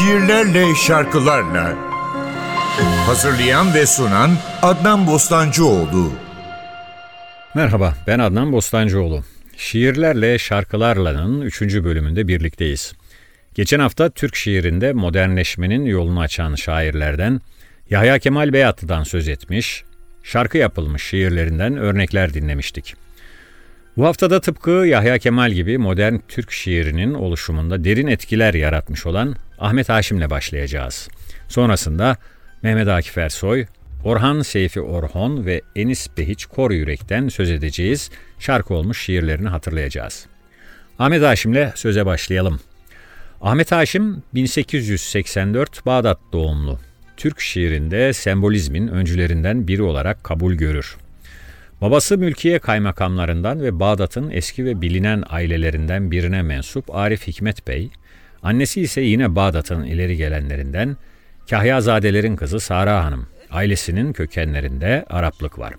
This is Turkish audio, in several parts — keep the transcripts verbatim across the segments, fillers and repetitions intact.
şiirlerle, şarkılarla. Hazırlayan ve sunan Adnan Bostancıoğlu. Merhaba, ben Adnan Bostancıoğlu. Şiirlerle, şarkılarla'nın üçüncü bölümünde birlikteyiz. Geçen hafta Türk şiirinde modernleşmenin yolunu açan şairlerden Yahya Kemal Beyatlı'dan söz etmiş, şarkı yapılmış şiirlerinden örnekler dinlemiştik. Bu haftada tıpkı Yahya Kemal gibi modern Türk şiirinin oluşumunda derin etkiler yaratmış olan Ahmet Haşim'le başlayacağız. Sonrasında Mehmet Akif Ersoy, Orhan Seyfi Orhon ve Enis Behiç Koryürek'ten söz edeceğiz, şarkı olmuş şiirlerini hatırlayacağız. Ahmet Haşim'le söze başlayalım. Ahmet Haşim bin sekiz yüz seksen dört Bağdat doğumlu. Türk şiirinde sembolizmin öncülerinden biri olarak kabul görür. Babası mülkiye kaymakamlarından ve Bağdat'ın eski ve bilinen ailelerinden birine mensup Arif Hikmet Bey, annesi ise yine Bağdat'ın ileri gelenlerinden Kahyazadelerin kızı Sara Hanım. Ailesinin kökenlerinde Araplık var.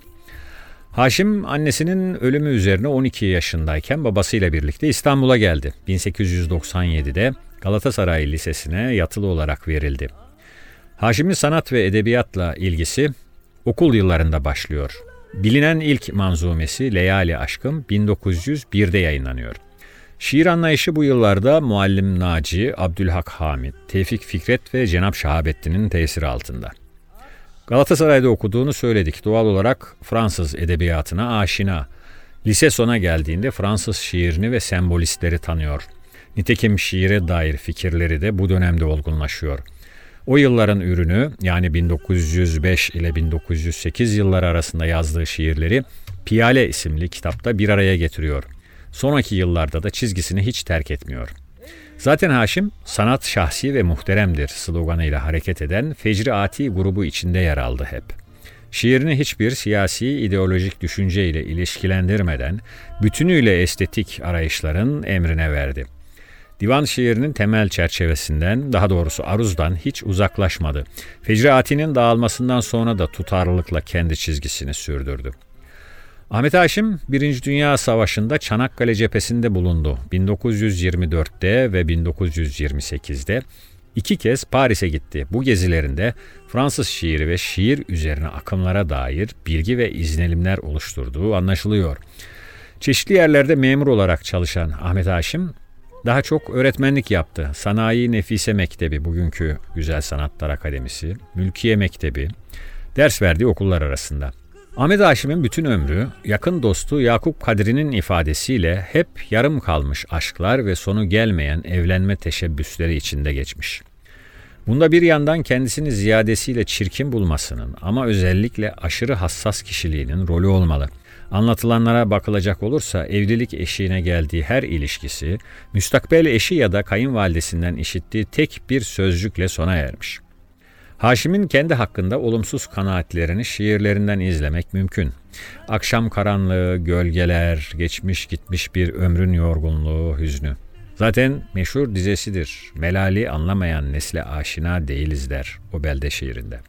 Haşim annesinin ölümü üzerine on iki yaşındayken babasıyla birlikte İstanbul'a geldi. bin sekiz yüz doksan yedide Galatasaray Lisesi'ne yatılı olarak verildi. Haşim'in sanat ve edebiyatla ilgisi okul yıllarında başlıyor. Bilinen ilk manzumesi Leyali Aşkım bin dokuz yüz birde yayınlanıyor. Şiir anlayışı bu yıllarda Muallim Naci, Abdülhak Hamid, Tevfik Fikret ve Cenab Şahabettin'in tesiri altında. Galatasaray'da okuduğunu söyledik. Doğal olarak Fransız edebiyatına aşina. Lise sona geldiğinde Fransız şiirini ve sembolistleri tanıyor. Nitekim şiire dair fikirleri de bu dönemde olgunlaşıyor. O yılların ürünü, yani bin dokuz yüz beş ile bin dokuz yüz sekiz yılları arasında yazdığı şiirleri Piyale isimli kitapta bir araya getiriyor. Sonraki yıllarda da çizgisini hiç terk etmiyor. Zaten Haşim, sanat şahsi ve muhteremdir sloganıyla hareket eden Fecri Ati grubu içinde yer aldı hep. Şiirini hiçbir siyasi ideolojik düşünceyle ilişkilendirmeden bütünüyle estetik arayışların emrine verdi. Divan şiirinin temel çerçevesinden, daha doğrusu aruzdan hiç uzaklaşmadı. Fecri Ati'nin dağılmasından sonra da tutarlılıkla kendi çizgisini sürdürdü. Ahmet Haşim, Birinci Dünya Savaşı'nda Çanakkale cephesinde bulundu. bin dokuz yüz yirmi dörtte ve bin dokuz yüz yirmi sekizde iki kez Paris'e gitti. Bu gezilerinde Fransız şiiri ve şiir üzerine akımlara dair bilgi ve izlenimler oluşturduğu anlaşılıyor. Çeşitli yerlerde memur olarak çalışan Ahmet Haşim, daha çok öğretmenlik yaptı. Sanayi Nefise Mektebi, bugünkü Güzel Sanatlar Akademisi, Mülkiye Mektebi, ders verdiği okullar arasında. Ahmet Haşim'in bütün ömrü, yakın dostu Yakup Kadri'nin ifadesiyle hep yarım kalmış aşklar ve sonu gelmeyen evlenme teşebbüsleri içinde geçmiş. Bunda bir yandan kendisini ziyadesiyle çirkin bulmasının ama özellikle aşırı hassas kişiliğinin rolü olmalı. Anlatılanlara bakılacak olursa evlilik eşiğine geldiği her ilişkisi, müstakbel eşi ya da kayınvalidesinden işittiği tek bir sözcükle sona ermiş. Haşim'in kendi hakkında olumsuz kanaatlerini şiirlerinden izlemek mümkün. Akşam karanlığı, gölgeler, geçmiş gitmiş bir ömrün yorgunluğu, hüznü. Zaten meşhur dizesidir. Melali anlamayan nesle aşina değiliz der o belde şiirinde.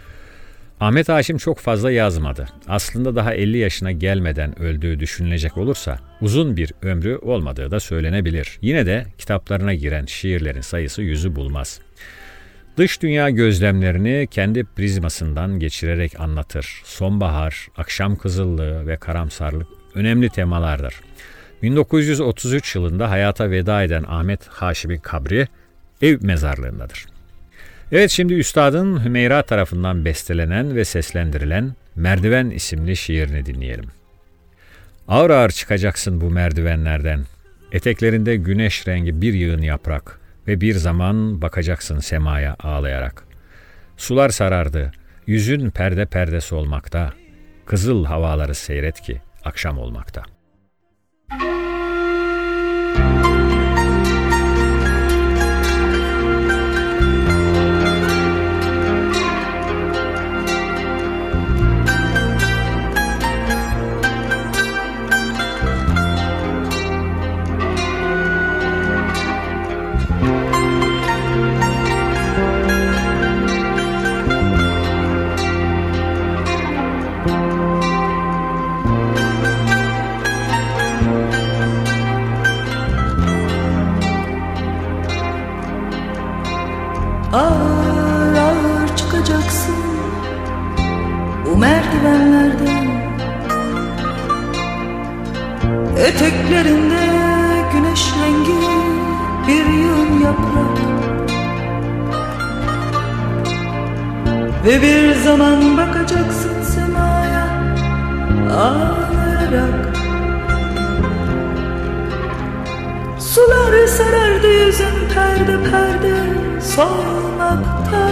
Ahmet Haşim çok fazla yazmadı. Aslında daha elli yaşına gelmeden öldüğü düşünülecek olursa uzun bir ömrü olmadığı da söylenebilir. Yine de kitaplarına giren şiirlerin sayısı yüzü bulmaz. Dış dünya gözlemlerini kendi prizmasından geçirerek anlatır. Sonbahar, akşam kızıllığı ve karamsarlık önemli temalardır. bin dokuz yüz otuz üç yılında hayata veda eden Ahmet Haşim'in kabri ev mezarlığındadır. Evet, şimdi Üstad'ın Hümeyra tarafından bestelenen ve seslendirilen Merdiven isimli şiirini dinleyelim. Ağır ağır çıkacaksın bu merdivenlerden. Eteklerinde güneş rengi bir yığın yaprak ve bir zaman bakacaksın semaya ağlayarak. Sular sarardı, yüzün perde perde solmakta. Kızıl havaları seyret ki akşam olmakta. Eteklerinde güneş rengi bir yığın yaprak. Ve bir zaman bakacaksın semaya ağlayarak. Sular sarardı yüzün perde perde solmakta.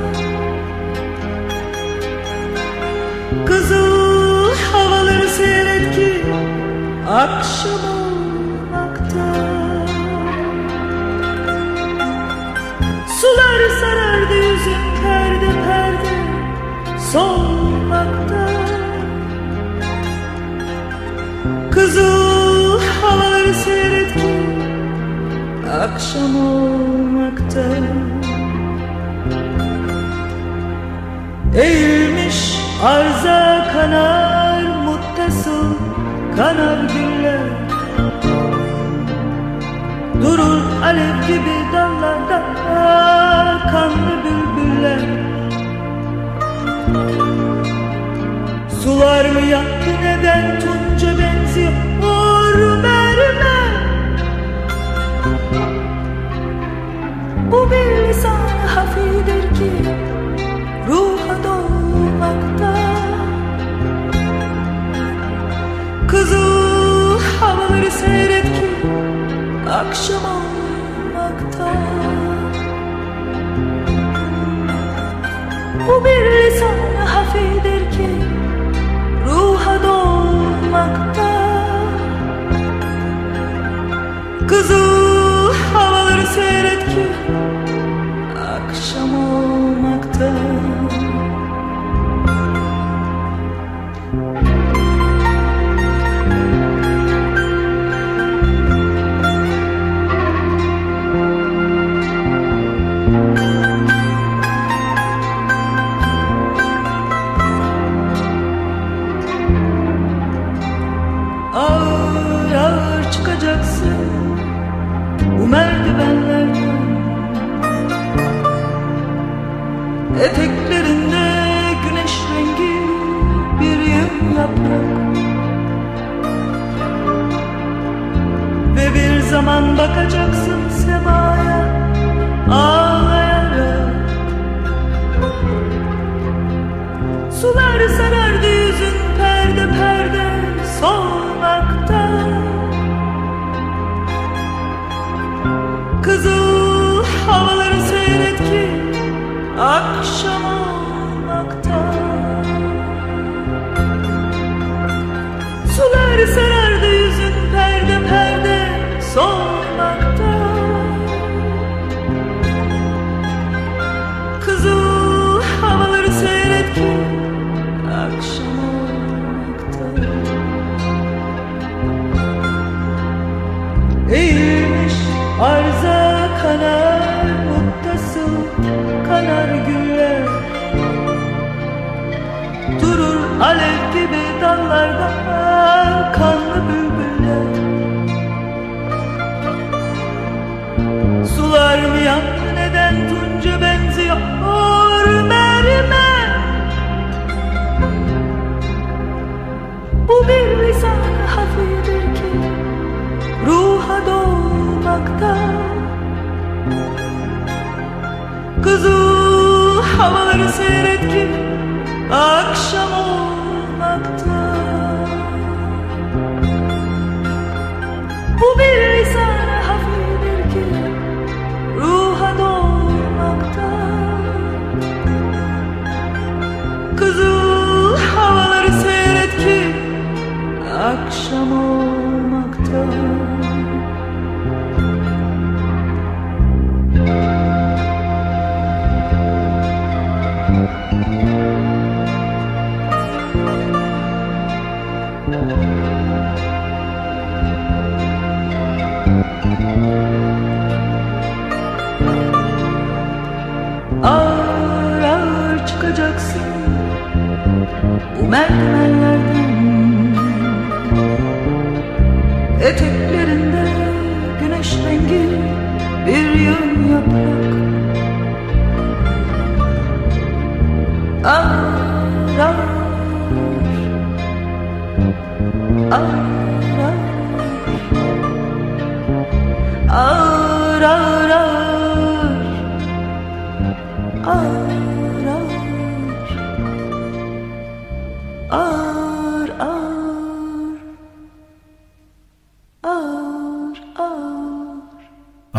Kızıl havaları seyret ki akşam olmakta. Sular sarardı yüzün perde perde solmakta. Kızıl havaları seyret ki akşam olmakta. Eğilmiş arza kanar muttasıl kanar güller. Durur alev gibi dallarda kanlı bülbüller. Sular mı yaktı neden tunca benziyor mermer. Bu bir lisan hafidir ki ruha dolmakta. Kızıl havaları seyret ki akşam olmakta. Bu bir lisan hafidir ki ruha dolmakta. Kızıl havaları seyret ki akşam olmakta. Ağır ağır çıkacaksın bu merdivenlerden. Eteklerinde güneş rengi bir yığın yaprak. Ve bir zaman bakacaksın semaya ağlayarak. Sular sarardı yüzün perde perde solmakta. Kızıl havaları seyret ki akşam olmakta. Sular sarardı yüzün perde perde solmakta. Kızıl havaları seyret ki akşam olmakta. Eğilmiş arza kanar muttasıl kanar güller. Durur alev gibi dallarda kanlı bülbüller. Sular mı yandı neden tunca benziyor mermer. Bu bir lisan hafidir ki ruha dolmakta. Kızıl havaları seyret ki akşam olmakta. Bu bir lisan hafidir ki ruha dolmakta. Kızıl havaları seyret ki akşam olmakta. Ağır ağır çıkacaksın bu merdivenlerden. Eteklerinde güneş rengi bir yığın yaprak. Ağır ağır, ağır ağır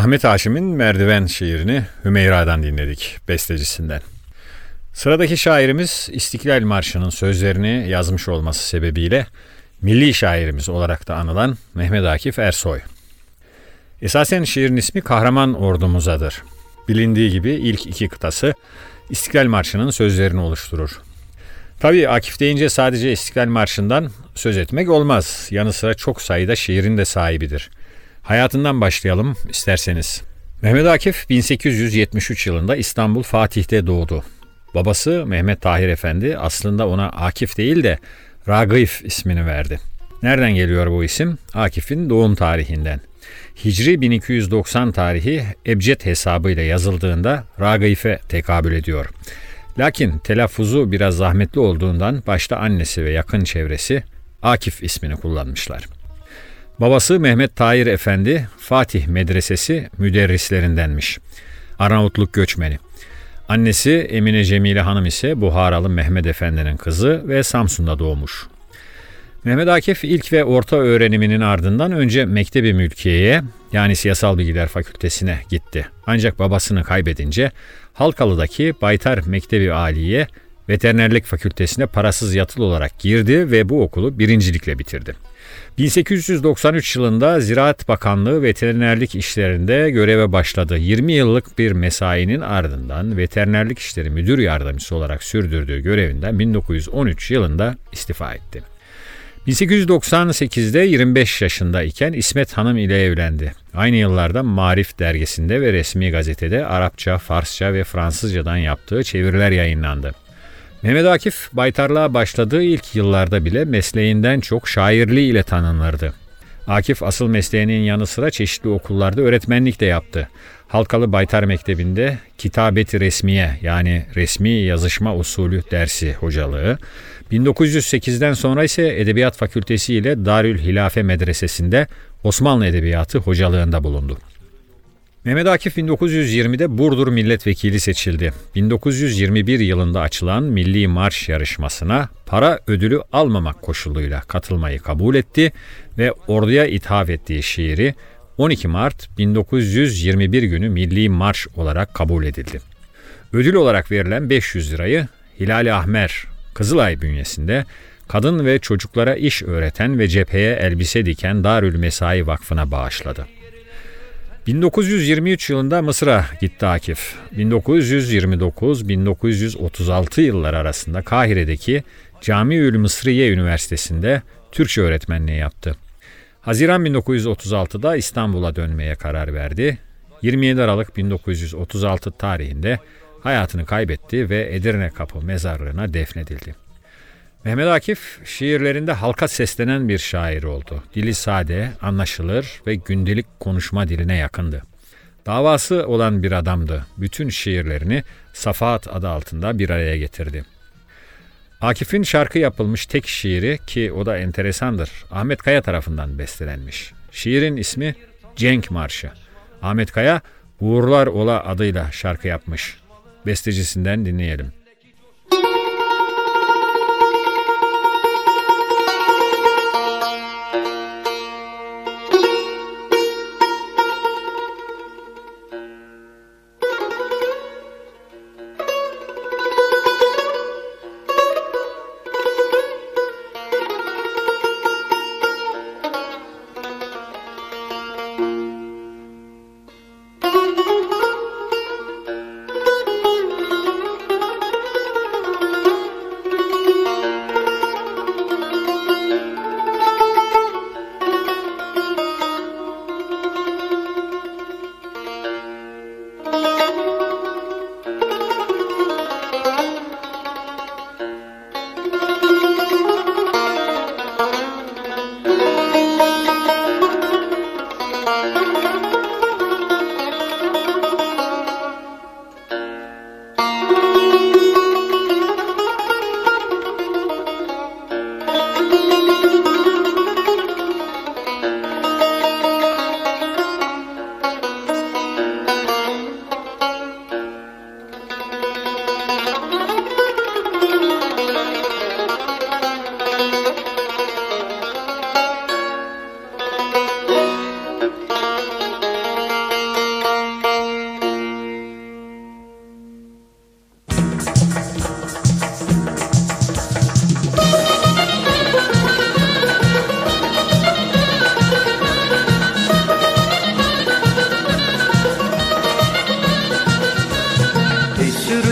Ahmet Haşim'in Merdiven şiirini Hümeyra'dan dinledik, bestecisinden. Sıradaki şairimiz İstiklal Marşı'nın sözlerini yazmış olması sebebiyle milli şairimiz olarak da anılan Mehmet Akif Ersoy. Esasen şiirin ismi Kahraman Ordumuzadır. Bilindiği gibi ilk iki kıtası İstiklal Marşı'nın sözlerini oluşturur. Tabii Akif deyince sadece İstiklal Marşı'ndan söz etmek olmaz. Yanı sıra çok sayıda şiirin de sahibidir. Hayatından başlayalım isterseniz. Mehmet Akif bin sekiz yüz yetmiş üç yılında İstanbul Fatih'te doğdu. Babası Mehmet Tahir Efendi aslında ona Akif değil de Ragıf ismini verdi. Nereden geliyor bu isim? Akif'in doğum tarihinden. Hicri bin iki yüz doksan tarihi ebced hesabıyla yazıldığında Ragıf'e tekabül ediyor. Lakin telaffuzu biraz zahmetli olduğundan başta annesi ve yakın çevresi Akif ismini kullanmışlar. Babası Mehmet Tahir Efendi Fatih Medresesi müderrislerindenmiş. Arnavutluk göçmeni. Annesi Emine Cemile Hanım ise Buharalı Mehmet Efendi'nin kızı ve Samsun'da doğmuş. Mehmet Akif ilk ve orta öğreniminin ardından önce Mektebi Mülkiye'ye yani Siyasal Bilgiler Fakültesine gitti. Ancak babasını kaybedince Halkalı'daki Baytar Mektebi Aliye Veterinerlik Fakültesine parasız yatılı olarak girdi ve bu okulu birincilikle bitirdi. bin sekiz yüz doksan üç yılında Ziraat Bakanlığı veterinerlik işlerinde göreve başladı. yirmi yıllık bir mesainin ardından veterinerlik işleri müdür yardımcısı olarak sürdürdüğü görevinden bin dokuz yüz on üç yılında istifa etti. bin sekiz yüz doksan sekizde yirmi beş yaşındayken İsmet Hanım ile evlendi. Aynı yıllarda Marif dergisinde ve resmi gazetede Arapça, Farsça ve Fransızcadan yaptığı çeviriler yayınlandı. Mehmet Akif baytarlığa başladığı ilk yıllarda bile mesleğinden çok şairliği ile tanınırdı. Akif asıl mesleğinin yanı sıra çeşitli okullarda öğretmenlik de yaptı. Halkalı Baytar Mektebi'nde Kitabet-i Resmiye yani resmi yazışma usulü dersi hocalığı, bin dokuz yüz sekizden sonra ise Edebiyat Fakültesi ile Darül Hilafe Medresesi'nde Osmanlı Edebiyatı hocalığında bulundu. Mehmet Akif bin dokuz yüz yirmide Burdur Milletvekili seçildi. bin dokuz yüz yirmi bir yılında açılan Milli Marş yarışmasına para ödülü almamak koşuluyla katılmayı kabul etti ve orduya ithaf ettiği şiiri on iki Mart bin dokuz yüz yirmi bir günü Milli Marş olarak kabul edildi. Ödül olarak verilen beş yüz lirayı Hilal-i Ahmer, Kızılay bünyesinde kadın ve çocuklara iş öğreten ve cepheye elbise diken Darül Mesai Vakfı'na bağışladı. bin dokuz yüz yirmi üç yılında Mısır'a gitti Akif. bin dokuz yüz yirmi dokuz bin dokuz yüz otuz altı yılları arasında Kahire'deki Camiül Mısriye Üniversitesi'nde Türkçe öğretmenliği yaptı. Haziran bin dokuz yüz otuz altıda İstanbul'a dönmeye karar verdi. yirmi yedi Aralık bin dokuz yüz otuz altı tarihinde hayatını kaybetti ve Edirne Kapı mezarlığına defnedildi. Mehmet Akif şiirlerinde halka seslenen bir şair oldu. Dili sade, anlaşılır ve gündelik konuşma diline yakındı. Davası olan bir adamdı. Bütün şiirlerini Safahat adı altında bir araya getirdi. Akif'in şarkı yapılmış tek şiiri ki o da enteresandır. Ahmet Kaya tarafından bestelenmiş. Şiirin ismi Cenk Marşı. Ahmet Kaya Uğurlar Ola adıyla şarkı yapmış. Bestecisinden dinleyelim.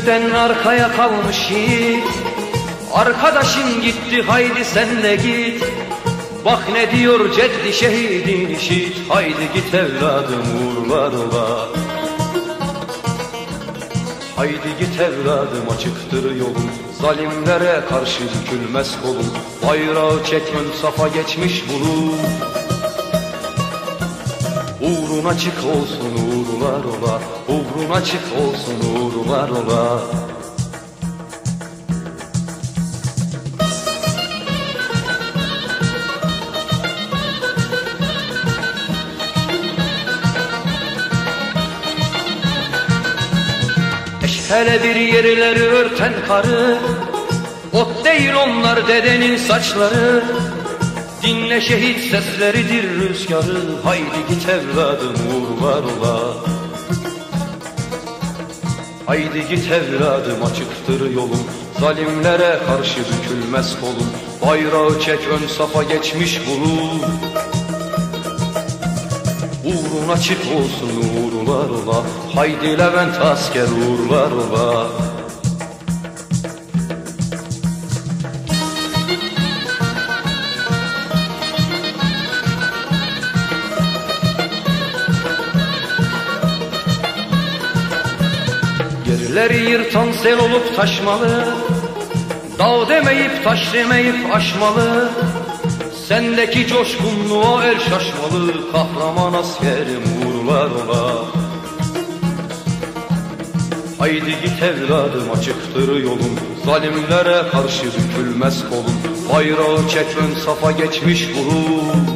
Sözden arkaya kalmış yiğit, arkadaşın gitti haydi sen de git. Bak ne diyor ceddi şehidin işit, haydi git evladım uğurlar ola. Haydi git evladım açıktır yolun, zalimlere karşı bükülmez kolun. Bayrağı çek ön safa geçmiş bulun. Uğrun açık olsun uğurlar ola, uğrun açık olsun uğurlar ola. Hele bir yerleri örten karı, ot değil onlar dedenin saçları. Dinle şehit sesleridir rüzgarı, haydi git evladım uğurlar ola. Haydi git evladım açıktır yolun, zalimlere karşı bükülmez kolun. Bayrağı çek ön safa geçmiş bulun. Uğrun açık olsun uğurlar ola, haydi Levent asker uğurlar ola. Yerleri yırtan sel olup taşmalı, dağ demeyip taş demeyip aşmalı. Sendeki coşkunluğa el şaşmalı, kahraman askerim uğurlar ola. Haydi git evladım açıktır yolun, zalimlere karşı bükülmez kolun. Bayrağı çek ön safa geçmiş bulun.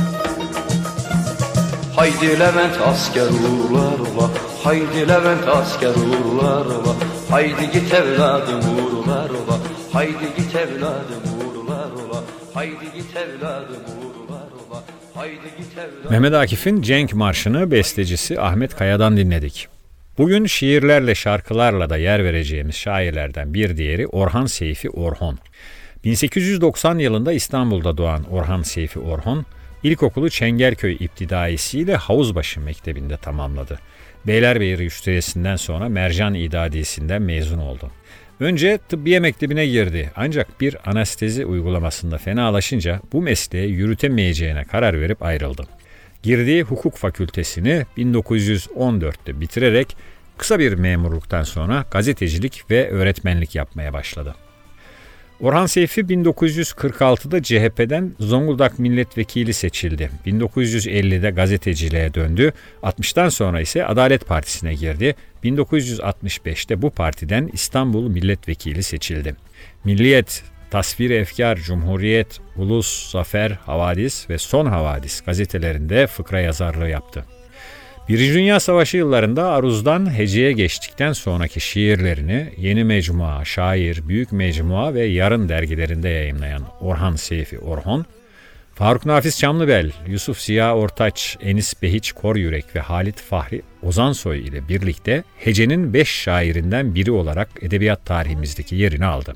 Haydi Levent asker uğurlar ola, haydi Levent asker uğurlar ola. Haydi git evladım uğurlar ola, haydi git evladım uğurlar ola. Haydi git evladım uğurlar ola, haydi git evladım. Mehmet Akif'in Cenk Marşı'nı bestecisi Ahmet Kaya'dan dinledik. Bugün şiirlerle şarkılarla da yer vereceğimiz şairlerden bir diğeri Orhan Seyfi Orhon. bin sekiz yüz doksan yılında İstanbul'da doğan Orhan Seyfi Orhon, ilkokulu Çengelköy İptidaisi ile Havuzbaşı Mektebi'nde tamamladı. Beylerbeyi Üstadisi'nden sonra Mercan İdadisi'nden mezun oldu. Önce tıbbiye mektebine girdi ancak bir anestezi uygulamasında fenalaşınca bu mesleği yürütemeyeceğine karar verip ayrıldı. Girdiği hukuk fakültesini bin dokuz yüz on dörtte bitirerek kısa bir memurluktan sonra gazetecilik ve öğretmenlik yapmaya başladı. Orhan Seyfi bin dokuz yüz kırk altıda C H P'den Zonguldak milletvekili seçildi. bin dokuz yüz ellide gazeteciliğe döndü. altmıştan sonra ise Adalet Partisi'ne girdi. bin dokuz yüz altmış beşte bu partiden İstanbul milletvekili seçildi. Milliyet, Tasvir-i Efkar, Cumhuriyet, Ulus, Zafer, Havadis ve Son Havadis gazetelerinde fıkra yazarlığı yaptı. Birinci Dünya Savaşı yıllarında aruzdan heceye geçtikten sonraki şiirlerini Yeni Mecmua, Şair, Büyük Mecmua ve Yarın dergilerinde yayımlayan Orhan Seyfi Orhon, Faruk Nafiz Çamlıbel, Yusuf Ziya Ortaç, Enis Behiç Koryürek ve Halit Fahri Ozansoy ile birlikte hecenin beş şairinden biri olarak edebiyat tarihimizdeki yerini aldı.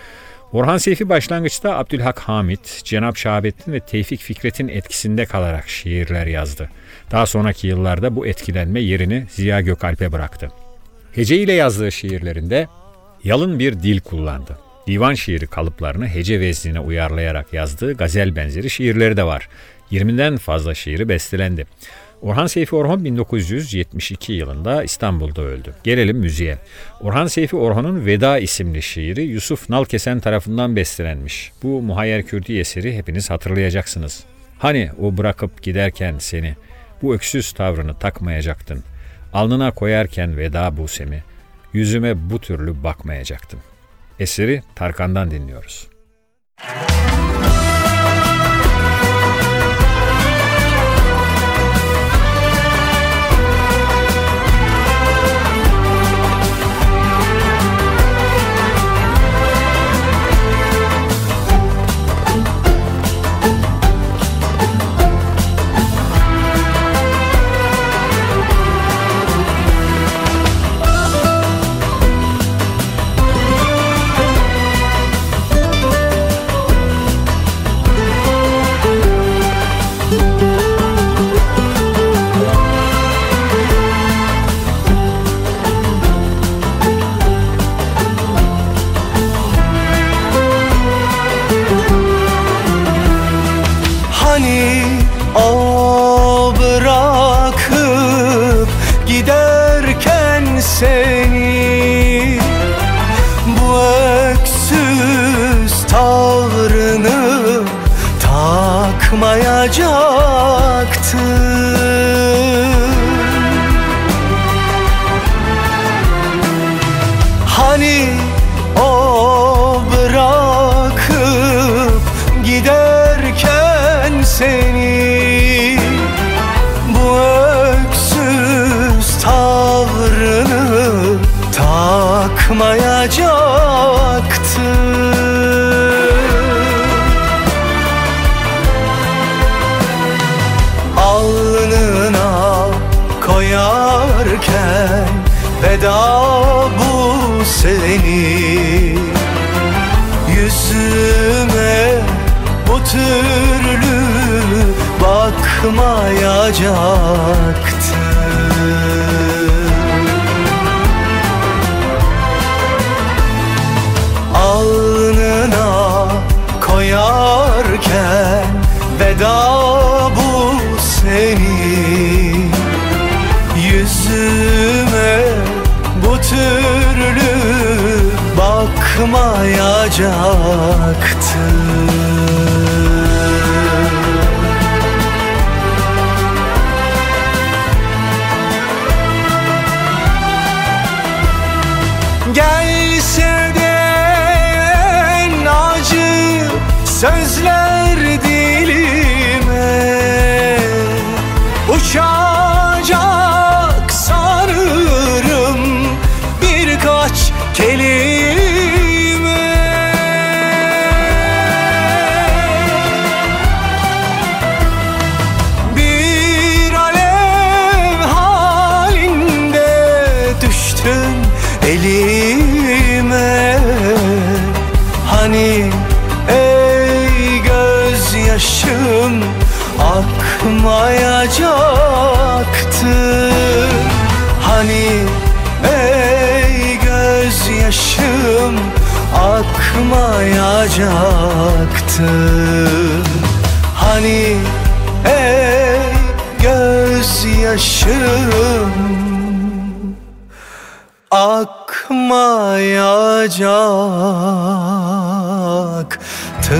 Orhan Seyfi başlangıçta Abdülhak Hamit, Cenab Şahabettin ve Tevfik Fikret'in etkisinde kalarak şiirler yazdı. Daha sonraki yıllarda bu etkilenme yerini Ziya Gökalp'e bıraktı. Hece ile yazdığı şiirlerinde yalın bir dil kullandı. Divan şiiri kalıplarını hece veznine uyarlayarak yazdığı gazel benzeri şiirleri de var. yirmiden fazla şiiri bestelendi. Orhan Seyfi Orhon bin dokuz yüz yetmiş iki yılında İstanbul'da öldü. Gelelim müziğe. Orhan Seyfi Orhon'un Veda isimli şiiri Yusuf Nalkesen tarafından bestelenmiş. Bu Muhayyer Kürdi eseri hepiniz hatırlayacaksınız. Hani o bırakıp giderken seni, bu öksüz tavrını takmayacaktın. Alnına koyarken veda busemi, yüzüme bu türlü bakmayacaktın. Eseri Tarkan'dan dinliyoruz. Müzik bakmayacaktın. Hani o bırakıp giderken seni, bu öksüz tavrını takmayacaktın. Alnına koyarken veda bu seni, yüzüme bu türlü bakmayacaktın. Alnına koyarken veda bu seni, yüzüme bu türlü bakmayacaktın. Gelse de en acı sözler dilime, uçacak sanırım birkaç kelime. Bir alev halinde düştün elime, hani ey gözyaşım akmayacaktı. Hani ey gözyaşım akmayacaktı. Hani ey gözyaşım akmayacaktı.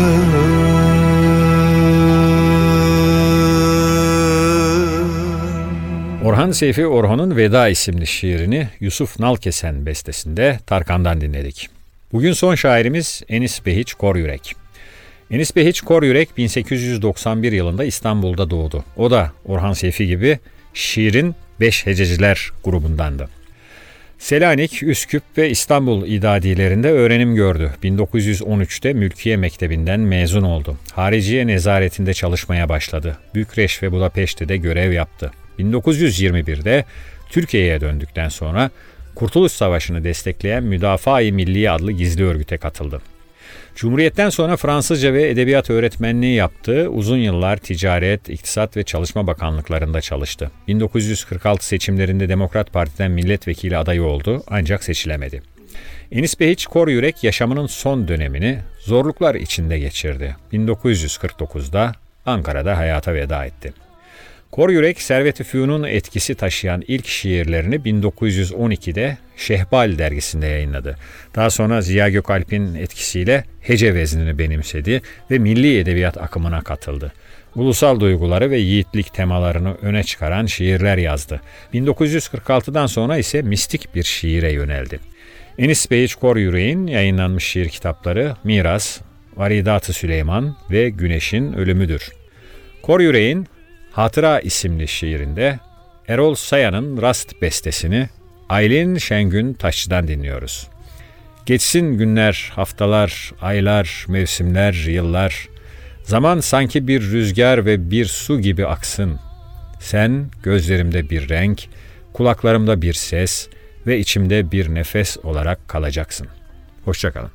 Orhan Seyfi Orhan'ın Veda isimli şiirini Yusuf Nalkesen bestesinde Tarkan'dan dinledik. Bugün son şairimiz Enis Behiç Koryürek. Enis Behiç Koryürek bin sekiz yüz doksan bir yılında İstanbul'da doğdu. O da Orhan Seyfi gibi şiirin beş hececiler grubundandı. Selanik, Üsküp ve İstanbul idadilerinde öğrenim gördü. bin dokuz yüz on üçte Mülkiye Mektebi'nden mezun oldu. Hariciye nezaretinde çalışmaya başladı. Bükreş ve Budapeşte'de görev yaptı. bin dokuz yüz yirmi birde Türkiye'ye döndükten sonra Kurtuluş Savaşı'nı destekleyen Müdafaa-i Milliye adlı gizli örgüte katıldı. Cumhuriyetten sonra Fransızca ve edebiyat öğretmenliği yaptı. Uzun yıllar Ticaret, İktisat ve Çalışma Bakanlıklarında çalıştı. bin dokuz yüz kırk altı seçimlerinde Demokrat Parti'den milletvekili adayı oldu ancak seçilemedi. Enis Behiç Koryürek yaşamının son dönemini zorluklar içinde geçirdi. bin dokuz yüz kırk dokuzda Ankara'da hayata veda etti. Koryürek, Servet-i Fünun etkisi taşıyan ilk şiirlerini bin dokuz yüz on ikide Şehbal dergisinde yayınladı. Daha sonra Ziya Gökalp'in etkisiyle hece veznini benimsedi ve milli edebiyat akımına katıldı. Ulusal duyguları ve yiğitlik temalarını öne çıkaran şiirler yazdı. bin dokuz yüz kırk altıdan sonra ise mistik bir şiire yöneldi. Enis Behiç Koryürek'in yayınlanmış şiir kitapları Miras, Varidat-ı Süleyman ve Güneşin Ölümüdür. Koryürek'in Hatıra isimli şiirinde Erol Sayan'ın Rast bestesini Aylin Şengün Taşçı'dan dinliyoruz. Geçsin günler, haftalar, aylar, mevsimler, yıllar. Zaman sanki bir rüzgar ve bir su gibi aksın. Sen gözlerimde bir renk, kulaklarımda bir ses ve içimde bir nefes olarak kalacaksın. Hoşça kalın.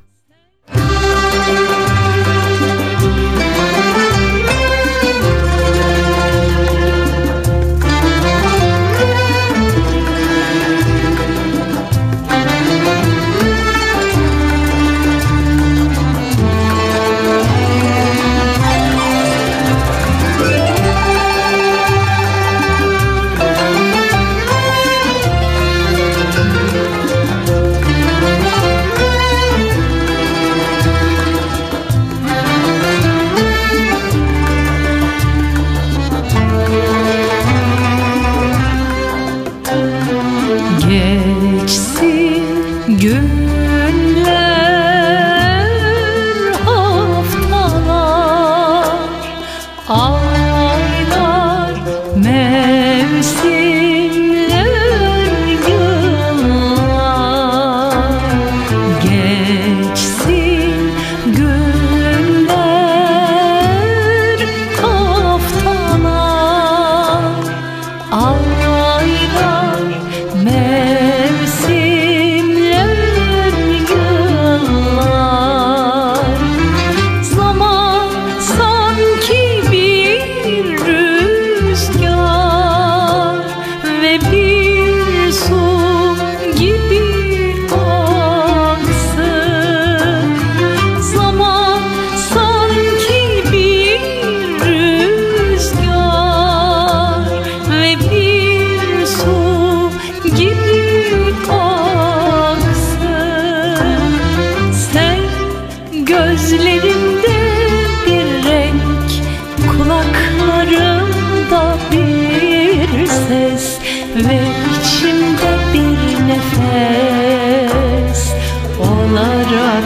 gözlerimde bir renk, kulaklarımda bir ses ve içimde bir nefes olarak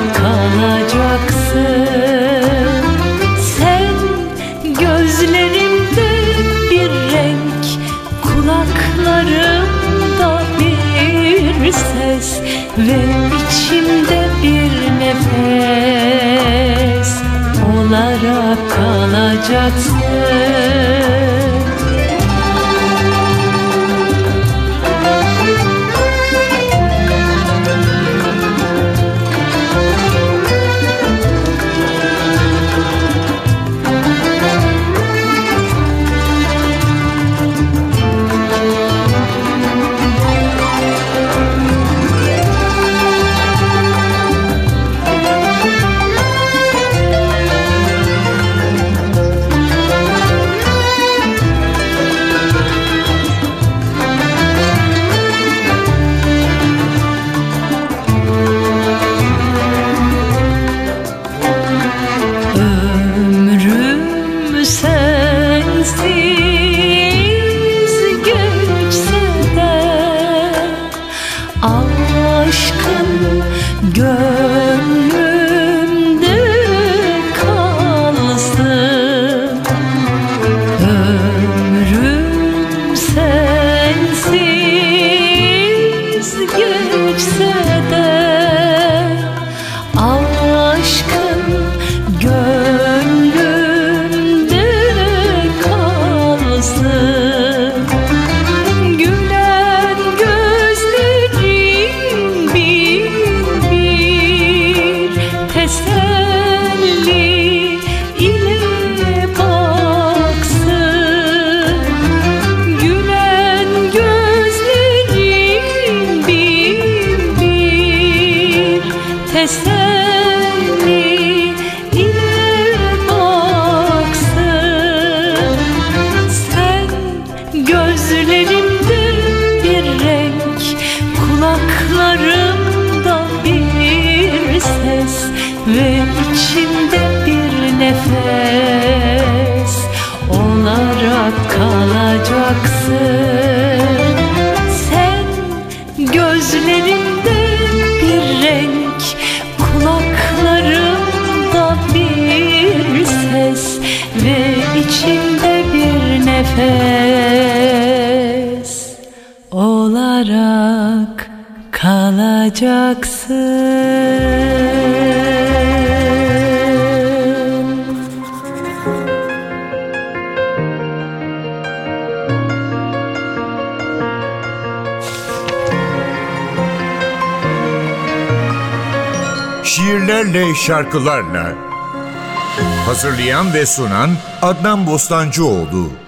kalacaksın. Sen gözlerimde bir renk, kulaklarımda bir ses ve içimde bir nefes olarak kalacaksın. Aşkın gönlümde kalsın. Ömrüm sensiz geçse de aşkın gönlümde kalsın. Gülen gözlerin bir bir teselli ile baksın. Gülen gözlerin bir bir teselli ile baksın. Sen gözlerimde bir renk, kulaklarımda bir ses ve içimde bir nefes olarak kalacaksın. Sen gözlerimde bir renk, kulaklarımda bir ses ve içimde bir nefes olarak kalacaksın. Şiirlerle, şarkılarla. Hazırlayan ve sunan Adnan Bostancıoğlu.